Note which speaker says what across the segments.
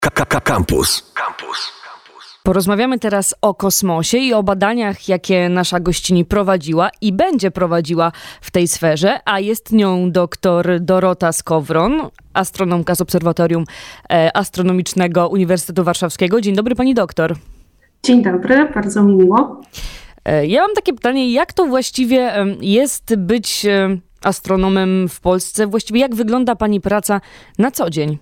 Speaker 1: Campus.
Speaker 2: Porozmawiamy teraz o kosmosie i o badaniach, jakie nasza gościni prowadziła i będzie prowadziła w tej sferze, a jest nią dr Dorota Skowron, astronomka z Obserwatorium Astronomicznego Uniwersytetu Warszawskiego. Dzień dobry, pani doktor.
Speaker 3: Dzień dobry, bardzo mi miło.
Speaker 2: Ja mam takie pytanie, jak to właściwie jest być astronomem w Polsce? Właściwie jak wygląda pani praca na co dzień?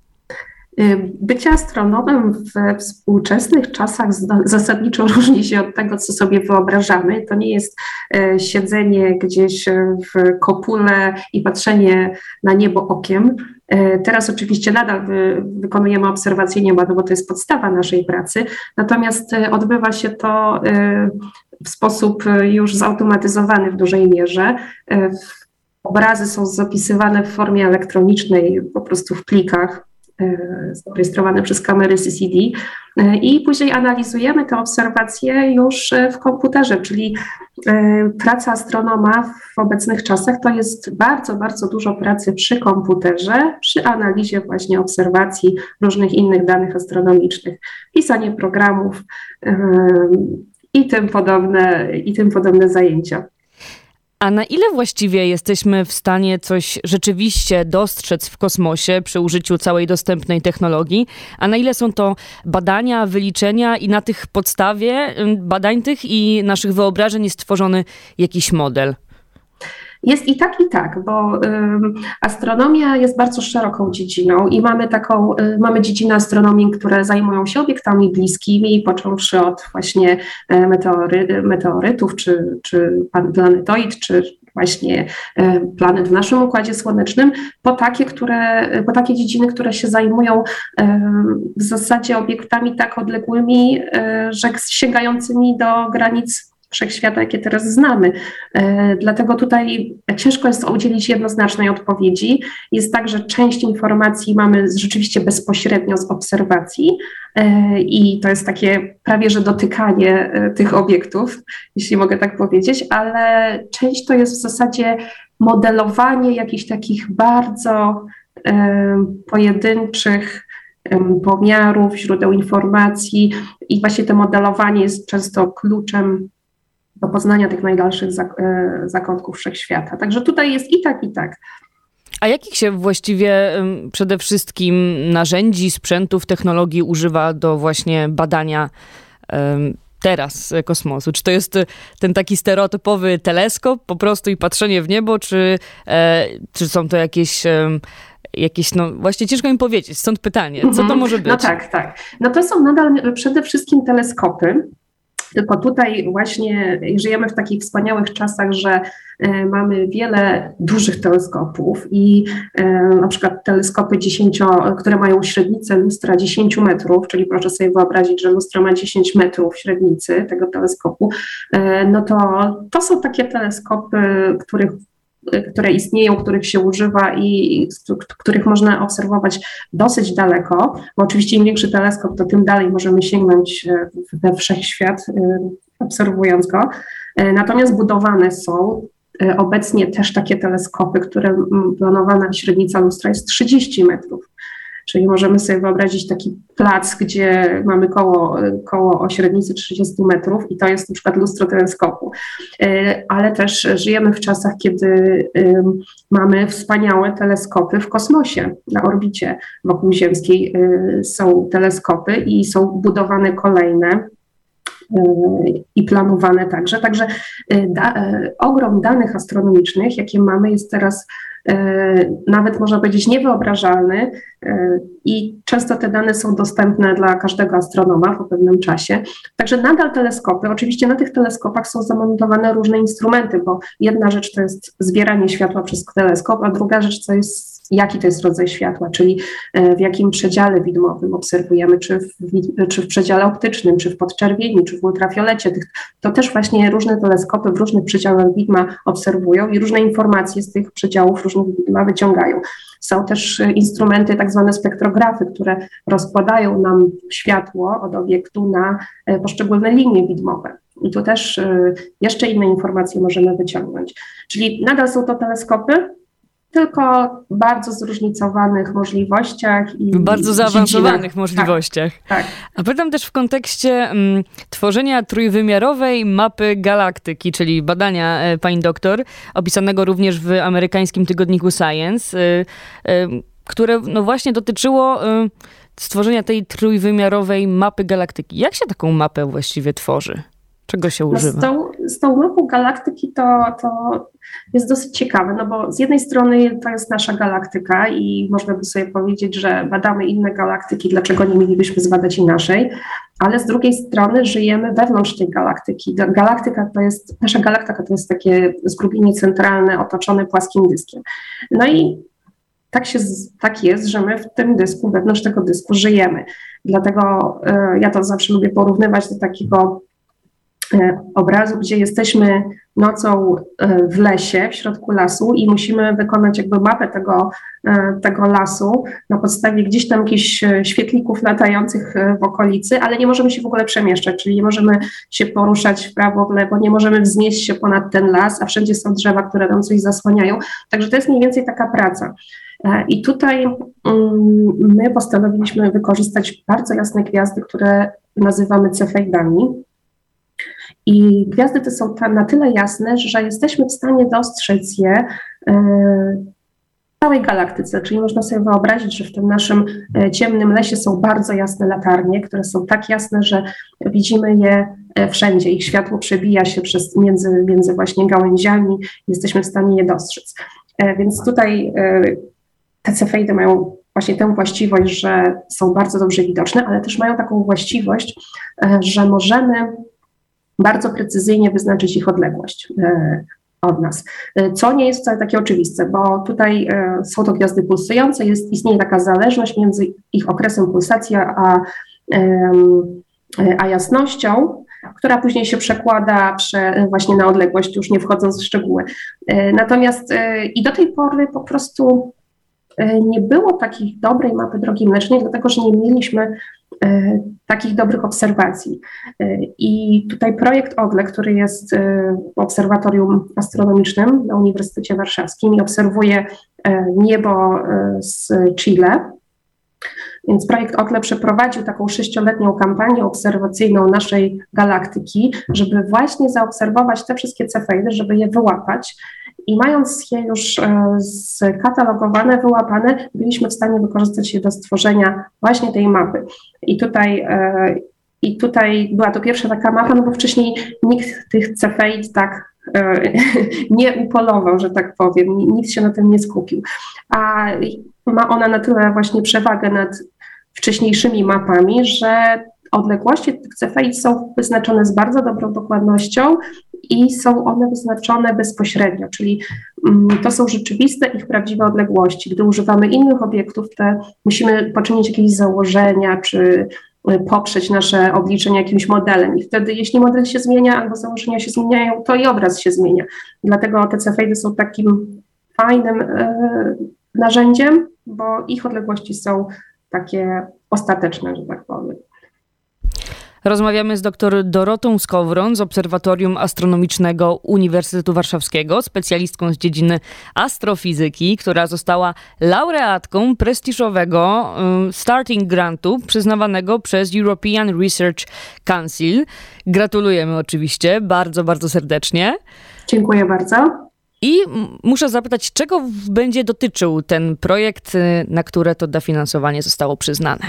Speaker 3: Bycie astronomem we współczesnych czasach zasadniczo różni się od tego, co sobie wyobrażamy. To nie jest siedzenie gdzieś w kopule i patrzenie na niebo okiem. Teraz oczywiście nadal wykonujemy obserwacje nieba, no bo to jest podstawa naszej pracy, natomiast odbywa się to w sposób już zautomatyzowany w dużej mierze. Obrazy są zapisywane w formie elektronicznej, po prostu w plikach, zarejestrowane przez kamery CCD i później analizujemy te obserwacje już w komputerze, czyli praca astronoma w obecnych czasach to jest bardzo, bardzo dużo pracy przy komputerze, przy analizie właśnie obserwacji różnych innych danych astronomicznych, pisanie programów i tym podobne zajęcia.
Speaker 2: A na ile właściwie jesteśmy w stanie coś rzeczywiście dostrzec w kosmosie przy użyciu całej dostępnej technologii, a na ile są to badania, wyliczenia i na tych podstawie badań tych i naszych wyobrażeń jest tworzony jakiś model?
Speaker 3: Jest i tak, bo astronomia jest bardzo szeroką dziedziną i mamy dziedzinę astronomii, które zajmują się obiektami bliskimi, począwszy od właśnie meteorytów, czy planetoid, czy właśnie planet w naszym Układzie Słonecznym, po takie dziedziny, które się zajmują w zasadzie obiektami tak odległymi, że sięgającymi do granic wszechświata, jakie teraz znamy. Dlatego tutaj ciężko jest udzielić jednoznacznej odpowiedzi. Jest tak, że część informacji mamy rzeczywiście bezpośrednio z obserwacji i to jest takie prawie że dotykanie tych obiektów, jeśli mogę tak powiedzieć, ale część to jest w zasadzie modelowanie jakichś takich bardzo pojedynczych pomiarów, źródeł informacji i właśnie to modelowanie jest często kluczem do poznania tych najdalszych zakątków wszechświata. Także tutaj jest i tak.
Speaker 2: A jakich się właściwie przede wszystkim narzędzi, sprzętów, technologii używa do właśnie badania teraz kosmosu? Czy to jest ten taki stereotypowy teleskop po prostu i patrzenie w niebo, czy są to jakieś, no właśnie ciężko mi powiedzieć, stąd pytanie, co to może być?
Speaker 3: No tak. No to są nadal przede wszystkim teleskopy. Tylko tutaj właśnie żyjemy w takich wspaniałych czasach, że mamy wiele dużych teleskopów i na przykład teleskopy które mają średnicę lustra 10 metrów, czyli proszę sobie wyobrazić, że lustro ma 10 metrów średnicy tego teleskopu, no to są takie teleskopy, które istnieją, których się używa i których można obserwować dosyć daleko, bo oczywiście im większy teleskop, to tym dalej możemy sięgnąć we wszechświat, obserwując go. Natomiast budowane są obecnie też takie teleskopy, które planowana średnica lustra jest 30 metrów. Czyli możemy sobie wyobrazić taki plac, gdzie mamy koło o średnicy 30 metrów i to jest na przykład lustro teleskopu. Ale też żyjemy w czasach, kiedy mamy wspaniałe teleskopy w kosmosie, na orbicie wokół ziemskiej są teleskopy i są budowane kolejne i planowane także. Także ogrom danych astronomicznych, jakie mamy, jest teraz nawet można powiedzieć niewyobrażalny i często te dane są dostępne dla każdego astronoma po pewnym czasie. Także nadal teleskopy, oczywiście na tych teleskopach są zamontowane różne instrumenty, bo jedna rzecz to jest zbieranie światła przez teleskop, a druga rzecz to jest jaki to jest rodzaj światła, czyli w jakim przedziale widmowym obserwujemy, czy w przedziale optycznym, czy w podczerwieni, czy w ultrafiolecie. To też właśnie różne teleskopy w różnych przedziałach widma obserwują i różne informacje z tych przedziałów różnych widma wyciągają. Są też instrumenty, tak zwane spektrografy, które rozkładają nam światło od obiektu na poszczególne linie widmowe. I tu też jeszcze inne informacje możemy wyciągnąć. Czyli nadal są to teleskopy, tylko w bardzo zróżnicowanych możliwościach i
Speaker 2: w bardzo zaawansowanych
Speaker 3: dziedzinach.
Speaker 2: możliwościach.
Speaker 3: Tak.
Speaker 2: A pytam też w kontekście tworzenia trójwymiarowej mapy galaktyki, czyli badania pani doktor, opisanego również w amerykańskim tygodniku Science, które no właśnie dotyczyło stworzenia tej trójwymiarowej mapy galaktyki. Jak się taką mapę właściwie tworzy? Czego się używa?
Speaker 3: Z tą mapą galaktyki to jest dosyć ciekawe, no bo z jednej strony to jest nasza galaktyka i można by sobie powiedzieć, że badamy inne galaktyki, dlaczego nie mielibyśmy zbadać i naszej, ale z drugiej strony żyjemy wewnątrz tej galaktyki. Nasza galaktyka to jest takie zgrubienie centralne otoczone płaskim dyskiem. No i tak jest, że my w tym dysku, wewnątrz tego dysku żyjemy. Dlatego ja to zawsze lubię porównywać do takiego obrazu, gdzie jesteśmy nocą w lesie, w środku lasu i musimy wykonać jakby mapę tego lasu na podstawie gdzieś tam jakichś świetlików latających w okolicy, ale nie możemy się w ogóle przemieszczać, czyli nie możemy się poruszać w prawo, w lewo, nie możemy wznieść się ponad ten las, a wszędzie są drzewa, które nam coś zasłaniają. Także to jest mniej więcej taka praca. I tutaj my postanowiliśmy wykorzystać bardzo jasne gwiazdy, które nazywamy cefeidami. I gwiazdy te są na tyle jasne, że jesteśmy w stanie dostrzec je w całej galaktyce, czyli można sobie wyobrazić, że w tym naszym ciemnym lesie są bardzo jasne latarnie, które są tak jasne, że widzimy je wszędzie. Ich światło przebija się między właśnie gałęziami, jesteśmy w stanie je dostrzec. Więc tutaj te cefeidy mają właśnie tę właściwość, że są bardzo dobrze widoczne, ale też mają taką właściwość, że możemy bardzo precyzyjnie wyznaczyć ich odległość od nas, co nie jest wcale takie oczywiste, bo tutaj są to gwiazdy pulsujące, istnieje taka zależność między ich okresem pulsacji a jasnością, która później się przekłada właśnie na odległość, już nie wchodząc w szczegóły. Natomiast i do tej pory po prostu nie było takiej dobrej mapy Drogi Mlecznej, dlatego że nie mieliśmy takich dobrych obserwacji. I tutaj projekt OGLE, który jest w Obserwatorium Astronomicznym na Uniwersytecie Warszawskim i obserwuje niebo z Chile. Więc projekt OGLE przeprowadził taką 6-letnią kampanię obserwacyjną naszej galaktyki, żeby właśnie zaobserwować te wszystkie cefeidy, żeby je wyłapać. I mając je już skatalogowane, wyłapane, byliśmy w stanie wykorzystać je do stworzenia właśnie tej mapy. I tutaj była to pierwsza taka mapa, no bo wcześniej nikt tych cefeid tak nie upolował, że tak powiem, nikt się na tym nie skupił. A ma ona na tyle właśnie przewagę nad wcześniejszymi mapami, że odległości tych cefeid są wyznaczone z bardzo dobrą dokładnością i są one wyznaczone bezpośrednio, czyli to są rzeczywiste ich prawdziwe odległości. Gdy używamy innych obiektów, to musimy poczynić jakieś założenia, czy poprzeć nasze obliczenia jakimś modelem i wtedy jeśli model się zmienia albo założenia się zmieniają, to i obraz się zmienia. Dlatego te cefeidy są takim fajnym narzędziem, bo ich odległości są takie ostateczne, że tak powiem.
Speaker 2: Rozmawiamy z dr Dorotą Skowron z Obserwatorium Astronomicznego Uniwersytetu Warszawskiego, specjalistką z dziedziny astrofizyki, która została laureatką prestiżowego Starting Grantu przyznawanego przez European Research Council. Gratulujemy oczywiście, bardzo, bardzo serdecznie.
Speaker 3: Dziękuję bardzo.
Speaker 2: I muszę zapytać, czego będzie dotyczył ten projekt, na które to dofinansowanie zostało przyznane?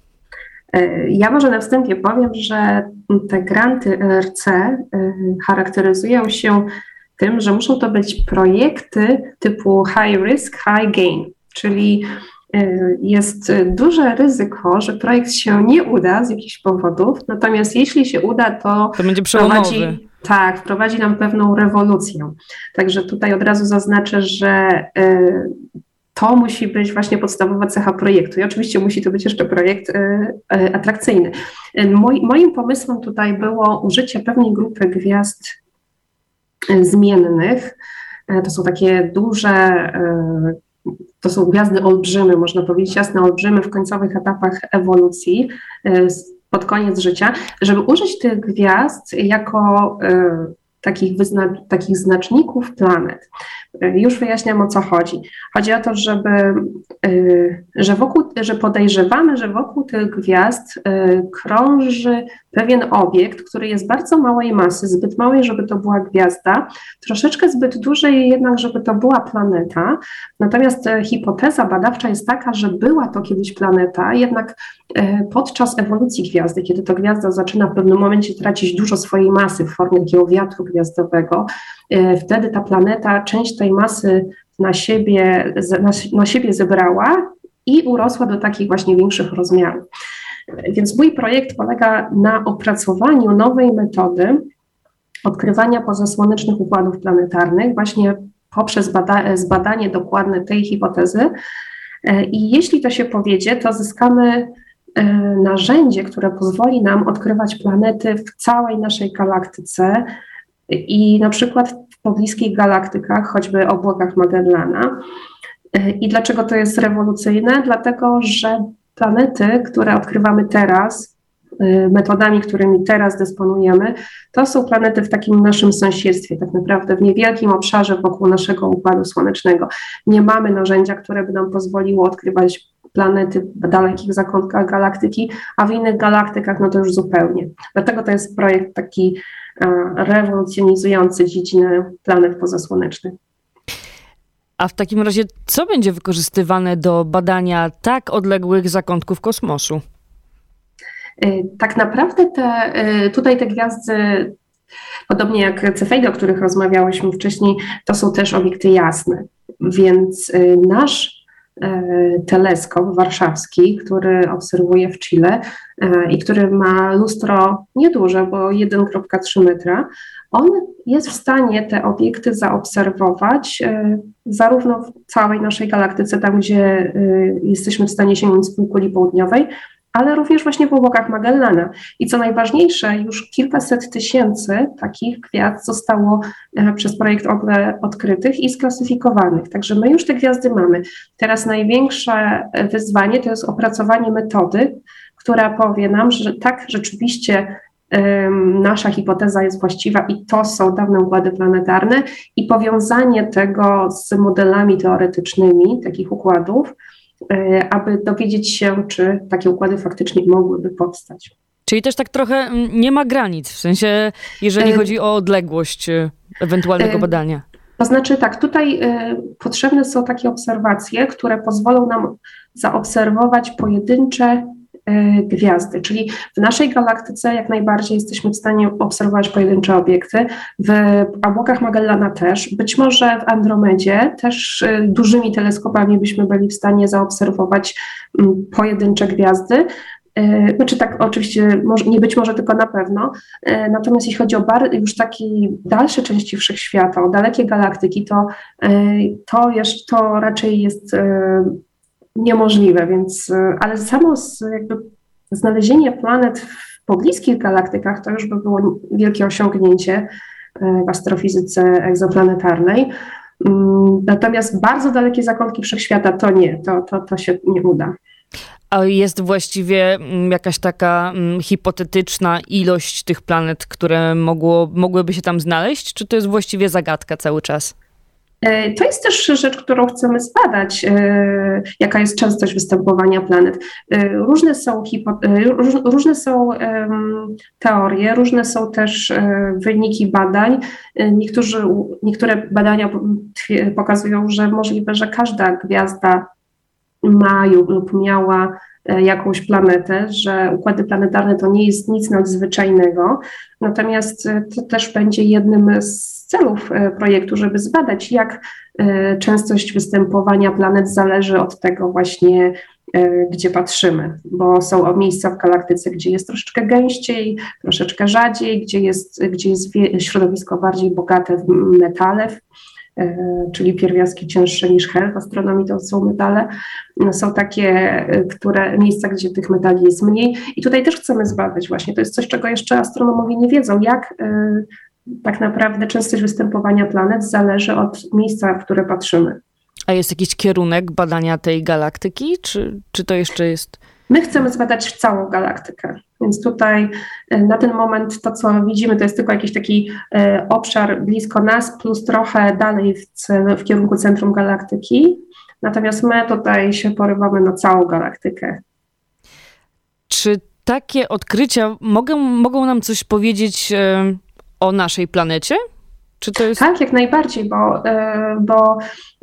Speaker 3: Ja może na wstępie powiem, że te granty ERC charakteryzują się tym, że muszą to być projekty typu high risk, high gain, czyli jest duże ryzyko, że projekt się nie uda z jakichś powodów, natomiast jeśli się uda, to
Speaker 2: będzie przełomowy.
Speaker 3: Wprowadzi nam pewną rewolucję. Także tutaj od razu zaznaczę, że to musi być właśnie podstawowa cecha projektu i oczywiście musi to być jeszcze projekt atrakcyjny. Moim pomysłem tutaj było użycie pewnej grupy gwiazd zmiennych. To są takie duże, to są gwiazdy olbrzymy, można powiedzieć, jasne olbrzymy w końcowych etapach ewolucji pod koniec życia, żeby użyć tych gwiazd jako takich znaczników planet. Już wyjaśniam, o co chodzi. Chodzi o to, że podejrzewamy, że wokół tych gwiazd krąży pewien obiekt, który jest bardzo małej masy, zbyt małej, żeby to była gwiazda, troszeczkę zbyt dużej jednak, żeby to była planeta. Natomiast hipoteza badawcza jest taka, że była to kiedyś planeta, jednak podczas ewolucji gwiazdy, kiedy to gwiazda zaczyna w pewnym momencie tracić dużo swojej masy w formie takiego wiatru gwiazdowego, wtedy ta planeta część tej masy na siebie zebrała i urosła do takich właśnie większych rozmiarów. Więc mój projekt polega na opracowaniu nowej metody odkrywania pozasłonecznych układów planetarnych właśnie poprzez zbadanie dokładne tej hipotezy. I jeśli to się powiedzie, to zyskamy narzędzie, które pozwoli nam odkrywać planety w całej naszej galaktyce i na przykład w pobliskich galaktykach, choćby obłokach Magellana. I dlaczego to jest rewolucyjne? Dlatego, że planety, które odkrywamy teraz, metodami, którymi teraz dysponujemy, to są planety w takim naszym sąsiedztwie, tak naprawdę w niewielkim obszarze wokół naszego Układu Słonecznego. Nie mamy narzędzia, które by nam pozwoliło odkrywać planety w dalekich zakątkach galaktyki, a w innych galaktykach no to już zupełnie. Dlatego to jest projekt taki rewolucjonizujący dziedzinę planet pozasłonecznych.
Speaker 2: A w takim razie co będzie wykorzystywane do badania tak odległych zakątków kosmosu?
Speaker 3: Tak naprawdę tutaj te gwiazdy, podobnie jak Cefeidy, o których rozmawiałyśmy wcześniej, to są też obiekty jasne. Więc nasz teleskop warszawski, który obserwuje w Chile i który ma lustro nieduże, bo 1,3 metra, on jest w stanie te obiekty zaobserwować zarówno w całej naszej galaktyce, tam gdzie jesteśmy w stanie sięgnąć z półkuli południowej, ale również właśnie w obłokach Magellana. I co najważniejsze, już kilkaset tysięcy takich gwiazd zostało przez projekt OGLE odkrytych i sklasyfikowanych. Także my już te gwiazdy mamy. Teraz największe wyzwanie to jest opracowanie metody, która powie nam, że tak, rzeczywiście nasza hipoteza jest właściwa i to są dawne układy planetarne i powiązanie tego z modelami teoretycznymi takich układów, aby dowiedzieć się, czy takie układy faktycznie mogłyby powstać.
Speaker 2: Czyli też tak trochę nie ma granic, w sensie, jeżeli chodzi o odległość ewentualnego badania.
Speaker 3: To znaczy tak, tutaj potrzebne są takie obserwacje, które pozwolą nam zaobserwować pojedyncze gwiazdy, czyli w naszej galaktyce jak najbardziej jesteśmy w stanie obserwować pojedyncze obiekty, w obłokach Magellana też, być może w Andromedzie też dużymi teleskopami byśmy byli w stanie zaobserwować pojedyncze gwiazdy. Znaczy tak, oczywiście nie być może, tylko na pewno. Natomiast jeśli chodzi o już takie dalsze części wszechświata, o dalekie galaktyki, to raczej jest niemożliwe, więc, ale samo jakby znalezienie planet w pobliskich galaktykach to już by było wielkie osiągnięcie w astrofizyce egzoplanetarnej. Natomiast bardzo dalekie zakątki wszechświata to nie, to się nie uda.
Speaker 2: A jest właściwie jakaś taka hipotetyczna ilość tych planet, które mogłyby się tam znaleźć, czy to jest właściwie zagadka cały czas?
Speaker 3: To jest też rzecz, którą chcemy zbadać, jaka jest częstość występowania planet. Różne są teorie, różne są też wyniki badań. Niektóre badania pokazują, że możliwe, że każda gwiazda ma lub miała jakąś planetę, że układy planetarne to nie jest nic nadzwyczajnego. Natomiast to też będzie jednym z celów projektu, żeby zbadać, jak częstość występowania planet zależy od tego właśnie, gdzie patrzymy, bo są miejsca w galaktyce, gdzie jest troszeczkę gęściej, troszeczkę rzadziej, gdzie jest środowisko bardziej bogate w metale, czyli pierwiastki cięższe niż hel, w astronomii to są metale. Są takie miejsca, gdzie tych metali jest mniej i tutaj też chcemy zbadać właśnie, to jest coś, czego jeszcze astronomowie nie wiedzą, jak tak naprawdę częstość występowania planet zależy od miejsca, w które patrzymy.
Speaker 2: A jest jakiś kierunek badania tej galaktyki, czy to jeszcze jest?
Speaker 3: My chcemy zbadać całą galaktykę. Więc tutaj na ten moment to, co widzimy, to jest tylko jakiś taki obszar blisko nas, plus trochę dalej w kierunku centrum galaktyki. Natomiast my tutaj się porywamy na całą galaktykę.
Speaker 2: Czy takie odkrycia mogą nam coś powiedzieć o naszej planecie? Czy to jest...
Speaker 3: Tak, jak najbardziej, bo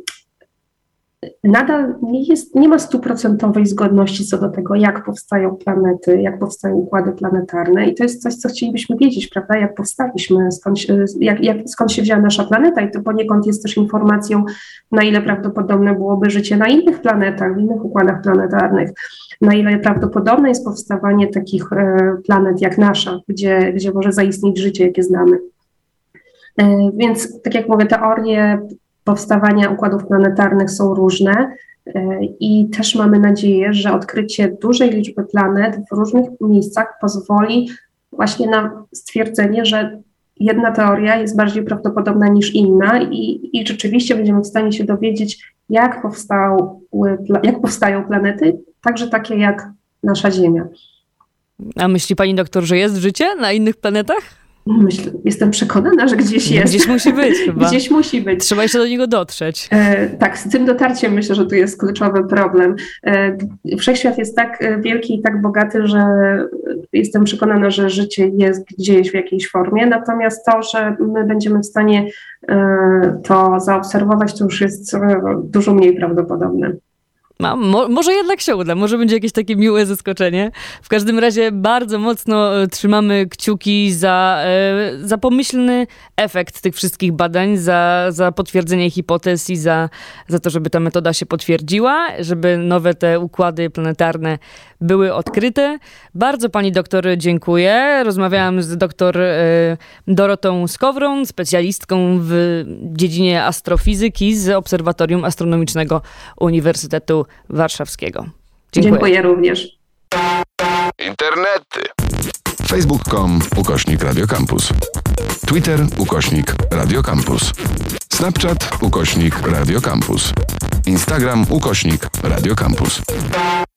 Speaker 3: nadal nie ma 100% zgodności co do tego, jak powstają planety, jak powstają układy planetarne i to jest coś, co chcielibyśmy wiedzieć, prawda, jak powstaliśmy, skąd się wzięła nasza planeta i to poniekąd jest też informacją, na ile prawdopodobne byłoby życie na innych planetach, w innych układach planetarnych, na ile prawdopodobne jest powstawanie takich planet jak nasza, gdzie może zaistnieć życie, jakie znamy. Więc tak jak mówię, teorie powstawania układów planetarnych są różne i też mamy nadzieję, że odkrycie dużej liczby planet w różnych miejscach pozwoli właśnie na stwierdzenie, że jedna teoria jest bardziej prawdopodobna niż inna i rzeczywiście będziemy w stanie się dowiedzieć, jak powstają planety, także takie jak nasza Ziemia.
Speaker 2: A myśli pani doktor, że jest życie na innych planetach?
Speaker 3: Jestem przekonana, że gdzieś jest.
Speaker 2: Gdzieś musi być chyba.
Speaker 3: Gdzieś musi być.
Speaker 2: Trzeba jeszcze do niego dotrzeć.
Speaker 3: Tak, z tym dotarciem myślę, że tu jest kluczowy problem. Wszechświat jest tak wielki i tak bogaty, że jestem przekonana, że życie jest gdzieś w jakiejś formie, natomiast to, że my będziemy w stanie to zaobserwować, to już jest dużo mniej prawdopodobne.
Speaker 2: Może jednak się uda, może będzie jakieś takie miłe zaskoczenie. W każdym razie bardzo mocno trzymamy kciuki za pomyślny efekt tych wszystkich badań, za potwierdzenie hipotez i za to, żeby ta metoda się potwierdziła, żeby nowe te układy planetarne były odkryte. Bardzo pani doktor dziękuję. Rozmawiałam z doktor Dorotą Skowron, specjalistką w dziedzinie astrofizyki z Obserwatorium Astronomicznego Uniwersytetu Warszawskiego.
Speaker 3: Dziękuję również.
Speaker 1: Internety. Facebook.com/Radio Campus. Twitter /Radio Campus. Snapchat /Radio Campus. Instagram /Radio Campus.